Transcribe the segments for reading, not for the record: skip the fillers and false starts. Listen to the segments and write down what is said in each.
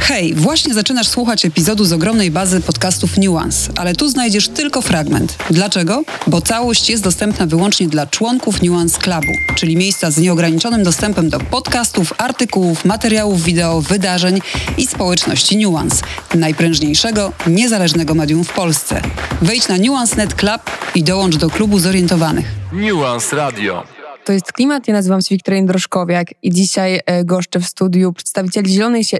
Hej, właśnie zaczynasz słuchać epizodu z ogromnej bazy podcastów Nuance, ale tu znajdziesz tylko fragment. Dlaczego? Bo całość jest dostępna wyłącznie dla członków Nuance Clubu, czyli miejsca z nieograniczonym dostępem do podcastów, artykułów, materiałów wideo, wydarzeń i społeczności Nuance, najprężniejszego, niezależnego medium w Polsce. Wejdź na Nuance.net Club i dołącz do klubu zorientowanych. Nuance Radio. To jest Klimat, ja nazywam się Wiktoria Jędroszkowiak i dzisiaj goszczę w studiu przedstawicieli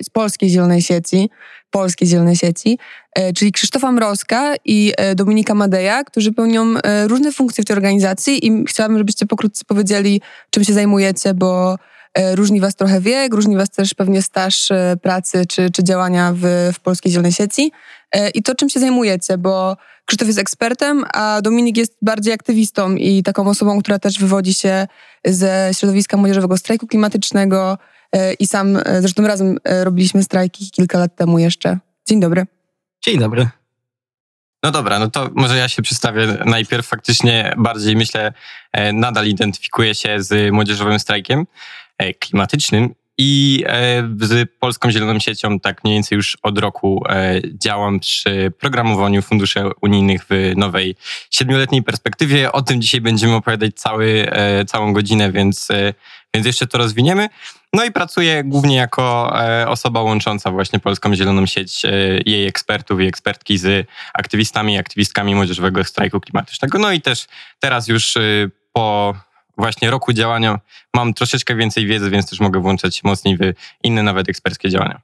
polskiej zielonej sieci, czyli Krzysztofa Mrozka i Dominika Madeja, którzy pełnią różne funkcje w tej organizacji i chciałabym, żebyście pokrótce powiedzieli, czym się zajmujecie, bo różni was trochę wiek, różni was też pewnie staż pracy czy działania w polskiej zielonej sieci i to, czym się zajmujecie, bo Krzysztof jest ekspertem, a Dominik jest bardziej aktywistą i taką osobą, która też wywodzi się ze środowiska młodzieżowego strajku klimatycznego i sam, zresztą razem robiliśmy strajki kilka lat temu jeszcze. Dzień dobry. Dzień dobry. No dobra, no to może ja się przedstawię najpierw. Faktycznie bardziej, myślę, nadal identyfikuję się z młodzieżowym strajkiem klimatycznym i z Polską Zieloną Siecią tak mniej więcej już od roku działam przy programowaniu funduszy unijnych w nowej 7-letniej perspektywie. O tym dzisiaj będziemy opowiadać całą godzinę, więc jeszcze to rozwiniemy. No i pracuję głównie jako osoba łącząca właśnie Polską Zieloną Sieć, jej ekspertów i ekspertki z aktywistami i aktywistkami młodzieżowego strajku klimatycznego. No i też teraz już po właśnie roku działania mam troszeczkę więcej wiedzy, więc też mogę włączać się mocniej w inne nawet eksperckie działania.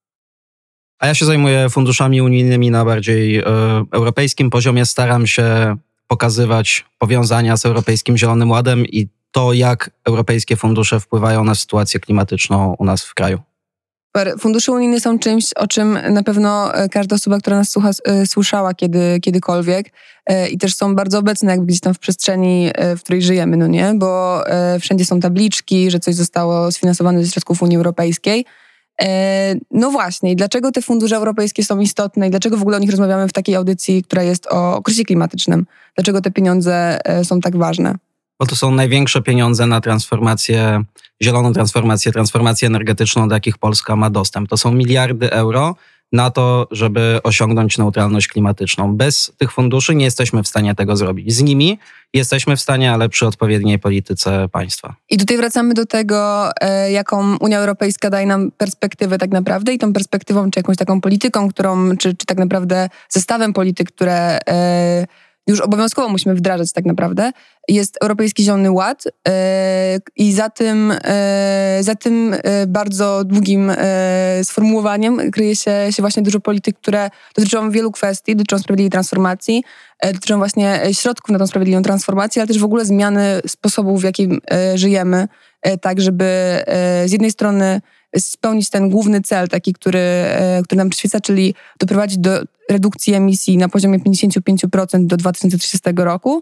A ja się zajmuję funduszami unijnymi na bardziej europejskim poziomie. Staram się pokazywać powiązania z Europejskim Zielonym Ładem i to, jak europejskie fundusze wpływają na sytuację klimatyczną u nas w kraju. Fundusze unijne są czymś, o czym na pewno każda osoba, która nas słucha, słyszała kiedykolwiek i też są bardzo obecne jakby gdzieś tam w przestrzeni, w której żyjemy, no nie? Bo wszędzie są tabliczki, że coś zostało sfinansowane ze środków Unii Europejskiej. No właśnie, i dlaczego te fundusze europejskie są istotne i dlaczego w ogóle o nich rozmawiamy w takiej audycji, która jest o kryzysie klimatycznym? Dlaczego te pieniądze są tak ważne? Bo to są największe pieniądze na transformację, zieloną transformację energetyczną, do jakich Polska ma dostęp. To są miliardy euro na to, żeby osiągnąć neutralność klimatyczną. Bez tych funduszy nie jesteśmy w stanie tego zrobić. Z nimi jesteśmy w stanie, ale przy odpowiedniej polityce państwa. I tutaj wracamy do tego, jaką Unia Europejska daje nam perspektywę tak naprawdę i tą perspektywą, czy jakąś taką polityką, czy tak naprawdę zestawem polityk, które już obowiązkowo musimy wdrażać tak naprawdę, jest Europejski Zielony Ład i za tym bardzo długim sformułowaniem kryje się właśnie dużo polityk, które dotyczą wielu kwestii, dotyczą sprawiedliwej transformacji, dotyczą właśnie środków na tą sprawiedliwą transformację, ale też w ogóle zmiany sposobu, w jakim żyjemy, tak żeby z jednej strony spełnić ten główny cel, taki, który nam przyświeca, czyli doprowadzić do redukcji emisji na poziomie 55% do 2030 roku,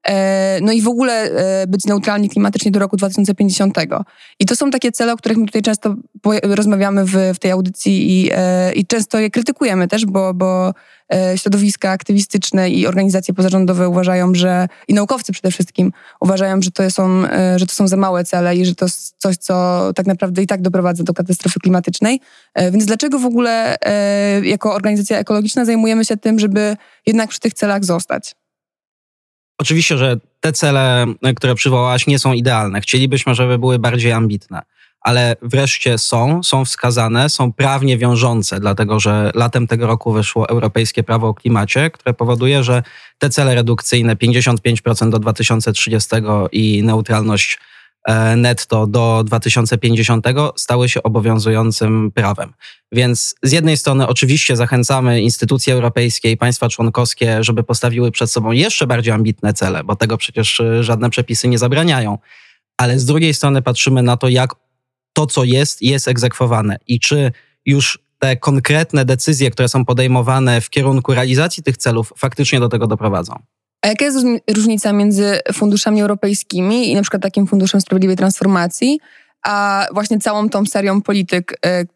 no i w ogóle być neutralni klimatycznie do roku 2050. I to są takie cele, o których my tutaj często rozmawiamy w tej audycji i często je krytykujemy też, bo środowiska aktywistyczne i organizacje pozarządowe uważają, i naukowcy przede wszystkim uważają, że to są za małe cele i że to jest coś, co tak naprawdę i tak doprowadza do katastrofy klimatycznej. Więc dlaczego w ogóle jako organizacja ekologiczna zajmujemy się tym, żeby jednak przy tych celach zostać? Oczywiście, że te cele, które przywołałaś, nie są idealne. Chcielibyśmy, żeby były bardziej ambitne, ale wreszcie są wskazane, są prawnie wiążące, dlatego że latem tego roku weszło Europejskie Prawo o Klimacie, które powoduje, że te cele redukcyjne 55% do 2030 i neutralność netto do 2050 stały się obowiązującym prawem. Więc z jednej strony oczywiście zachęcamy instytucje europejskie i państwa członkowskie, żeby postawiły przed sobą jeszcze bardziej ambitne cele, bo tego przecież żadne przepisy nie zabraniają. Ale z drugiej strony patrzymy na to, jak to, co jest egzekwowane i czy już te konkretne decyzje, które są podejmowane w kierunku realizacji tych celów, faktycznie do tego doprowadzą. A jaka jest różnica między funduszami europejskimi i na przykład takim Funduszem Sprawiedliwej Transformacji, a właśnie całą tą serią polityk,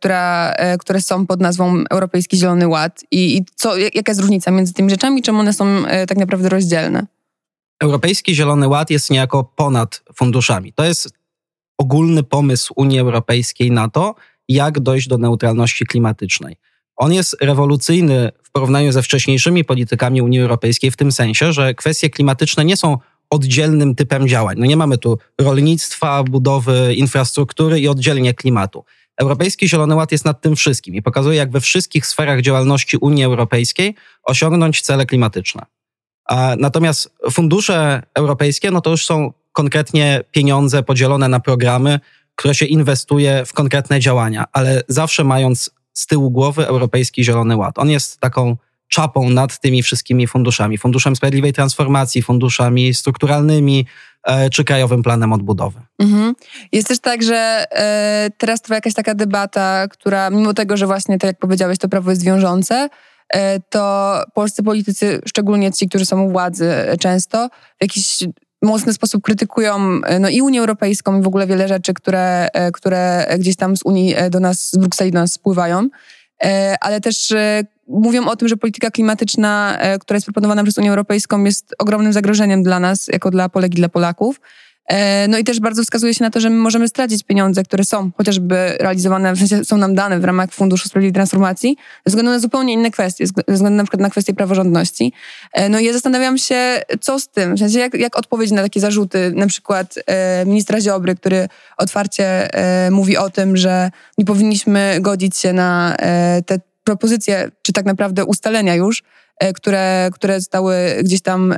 które są pod nazwą Europejski Zielony Ład? Jaka jest różnica między tymi rzeczami, czemu one są tak naprawdę rozdzielne? Europejski Zielony Ład jest niejako ponad funduszami. To jest ogólny pomysł Unii Europejskiej na to, jak dojść do neutralności klimatycznej. On jest rewolucyjny w porównaniu ze wcześniejszymi politykami Unii Europejskiej w tym sensie, że kwestie klimatyczne nie są oddzielnym typem działań. No nie mamy tu rolnictwa, budowy infrastruktury i oddzielnie klimatu. Europejski Zielony Ład jest nad tym wszystkim i pokazuje, jak we wszystkich sferach działalności Unii Europejskiej osiągnąć cele klimatyczne. Natomiast fundusze europejskie, no to już są konkretnie pieniądze podzielone na programy, które się inwestuje w konkretne działania, ale zawsze mając z tyłu głowy Europejski Zielony Ład. On jest taką czapą nad tymi wszystkimi funduszami. Funduszem Sprawiedliwej Transformacji, funduszami strukturalnymi czy Krajowym Planem Odbudowy. Mhm. Jest też tak, że teraz trwa jakaś taka debata, która mimo tego, że właśnie tak jak powiedziałeś, to prawo jest wiążące, to polscy politycy, szczególnie ci, którzy są u władzy często, w jakiś mocny sposób krytykują i Unię Europejską i w ogóle wiele rzeczy, które gdzieś tam z Unii do nas, z Brukseli do nas spływają. Ale też mówią o tym, że polityka klimatyczna, która jest proponowana przez Unię Europejską, jest ogromnym zagrożeniem dla nas, jako dla Polek i dla Polaków. No i też bardzo wskazuje się na to, że my możemy stracić pieniądze, które są chociażby realizowane, w sensie są nam dane w ramach Funduszu Sprawiedliwej Transformacji, ze względu na zupełnie inne kwestie, ze względu na przykład na kwestie praworządności. No i ja zastanawiam się, co z tym, w sensie jak odpowiedzieć na takie zarzuty, na przykład ministra Ziobry, który otwarcie mówi o tym, że nie powinniśmy godzić się na te propozycje, czy tak naprawdę ustalenia już, które zostały gdzieś tam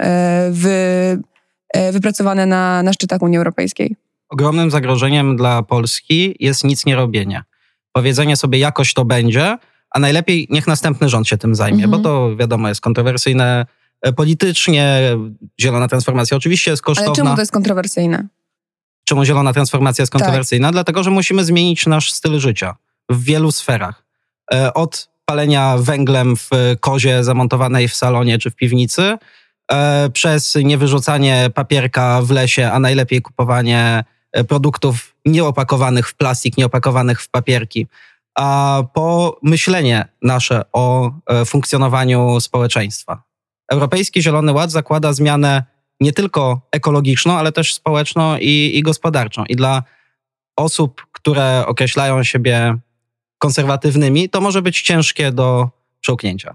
wypracowane na szczytach Unii Europejskiej. Ogromnym zagrożeniem dla Polski jest nic nie robienie. Powiedzenie sobie jakoś to będzie, a najlepiej niech następny rząd się tym zajmie, bo to wiadomo jest kontrowersyjne politycznie. Zielona transformacja oczywiście jest kosztowna. Ale czemu to jest kontrowersyjne? Czemu zielona transformacja jest kontrowersyjna? Tak. Dlatego, że musimy zmienić nasz styl życia w wielu sferach. Od palenia węglem w kozie zamontowanej w salonie czy w piwnicy, przez niewyrzucanie papierka w lesie, a najlepiej kupowanie produktów nieopakowanych w plastik, nieopakowanych w papierki, a po myślenie nasze o funkcjonowaniu społeczeństwa. Europejski Zielony Ład zakłada zmianę nie tylko ekologiczną, ale też społeczną i gospodarczą. I dla osób, które określają siebie konserwatywnymi, to może być ciężkie do przełknięcia.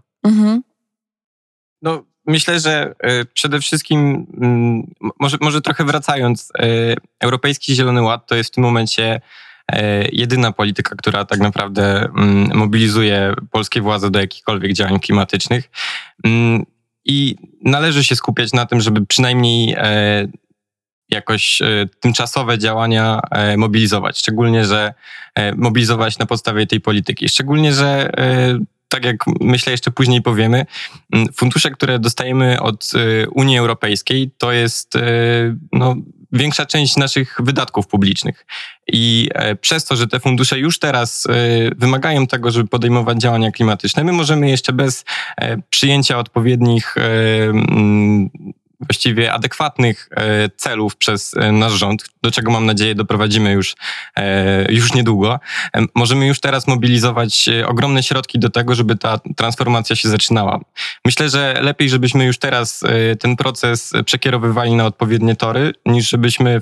No, myślę, że przede wszystkim, może trochę wracając, Europejski Zielony Ład to jest w tym momencie jedyna polityka, która tak naprawdę mobilizuje polskie władze do jakichkolwiek działań klimatycznych. I należy się skupiać na tym, żeby przynajmniej jakoś tymczasowe działania mobilizować. Szczególnie, że mobilizować na podstawie tej polityki. Szczególnie, że tak jak myślę jeszcze później powiemy, fundusze, które dostajemy od Unii Europejskiej, to jest większa część naszych wydatków publicznych. I przez to, że te fundusze już teraz wymagają tego, żeby podejmować działania klimatyczne, my możemy jeszcze bez przyjęcia odpowiednich właściwie adekwatnych celów przez nasz rząd, do czego mam nadzieję doprowadzimy już niedługo. Możemy już teraz mobilizować ogromne środki do tego, żeby ta transformacja się zaczynała. Myślę, że lepiej, żebyśmy już teraz ten proces przekierowywali na odpowiednie tory, niż żebyśmy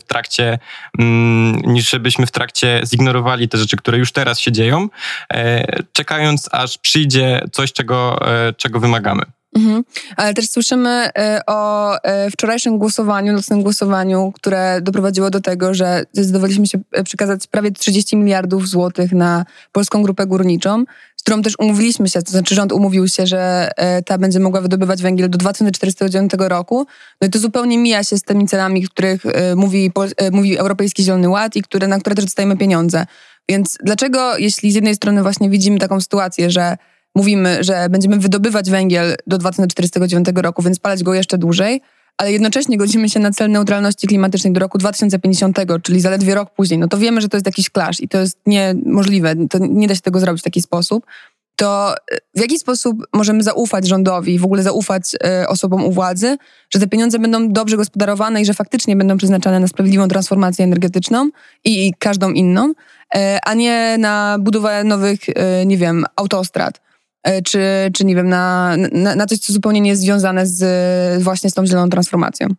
w trakcie zignorowali te rzeczy, które już teraz się dzieją, czekając aż przyjdzie coś, czego wymagamy. Ale też słyszymy o wczorajszym nocnym głosowaniu, które doprowadziło do tego, że zdecydowaliśmy się przekazać prawie 30 miliardów złotych na Polską Grupę Górniczą, z którą też umówiliśmy się, to znaczy rząd umówił się, że ta będzie mogła wydobywać węgiel do 2049 roku. No i to zupełnie mija się z tymi celami, których mówi Europejski Zielony Ład i na które też dostajemy pieniądze. Więc dlaczego, jeśli z jednej strony właśnie widzimy taką sytuację, że mówimy, że będziemy wydobywać węgiel do 2049 roku, więc palać go jeszcze dłużej, ale jednocześnie godzimy się na cel neutralności klimatycznej do roku 2050, czyli zaledwie rok później, no to wiemy, że to jest jakiś clash i to jest niemożliwe, to nie da się tego zrobić w taki sposób. To w jaki sposób możemy zaufać rządowi i w ogóle zaufać osobom u władzy, że te pieniądze będą dobrze gospodarowane i że faktycznie będą przeznaczane na sprawiedliwą transformację energetyczną i każdą inną, a nie na budowę nowych, autostrad. Czy nie wiem, na coś, co zupełnie nie jest związane właśnie z tą zieloną transformacją.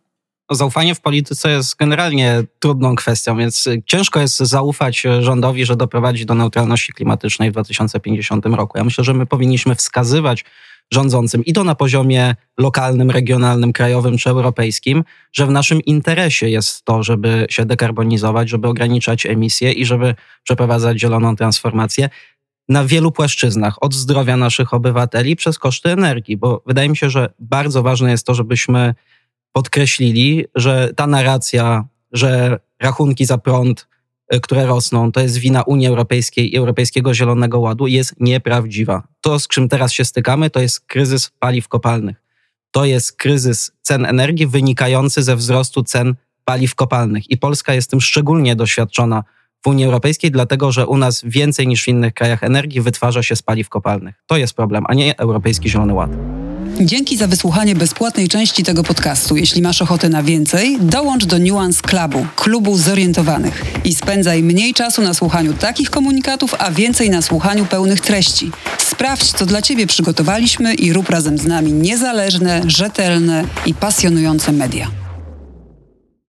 Zaufanie w polityce jest generalnie trudną kwestią, więc ciężko jest zaufać rządowi, że doprowadzi do neutralności klimatycznej w 2050 roku. Ja myślę, że my powinniśmy wskazywać rządzącym i to na poziomie lokalnym, regionalnym, krajowym czy europejskim, że w naszym interesie jest to, żeby się dekarbonizować, żeby ograniczać emisje i żeby przeprowadzać zieloną transformację na wielu płaszczyznach, od zdrowia naszych obywateli przez koszty energii, bo wydaje mi się, że bardzo ważne jest to, żebyśmy podkreślili, że ta narracja, że rachunki za prąd, które rosną, to jest wina Unii Europejskiej i Europejskiego Zielonego Ładu, jest nieprawdziwa. To, z czym teraz się stykamy, to jest kryzys paliw kopalnych. To jest kryzys cen energii wynikający ze wzrostu cen paliw kopalnych. I Polska jest tym szczególnie doświadczona w Unii Europejskiej, dlatego że u nas więcej niż w innych krajach energii wytwarza się z paliw kopalnych. To jest problem, a nie Europejski Zielony Ład. Dzięki za wysłuchanie bezpłatnej części tego podcastu. Jeśli masz ochotę na więcej, dołącz do Nuance Clubu, klubu zorientowanych i spędzaj mniej czasu na słuchaniu takich komunikatów, a więcej na słuchaniu pełnych treści. Sprawdź, co dla Ciebie przygotowaliśmy i rób razem z nami niezależne, rzetelne i pasjonujące media.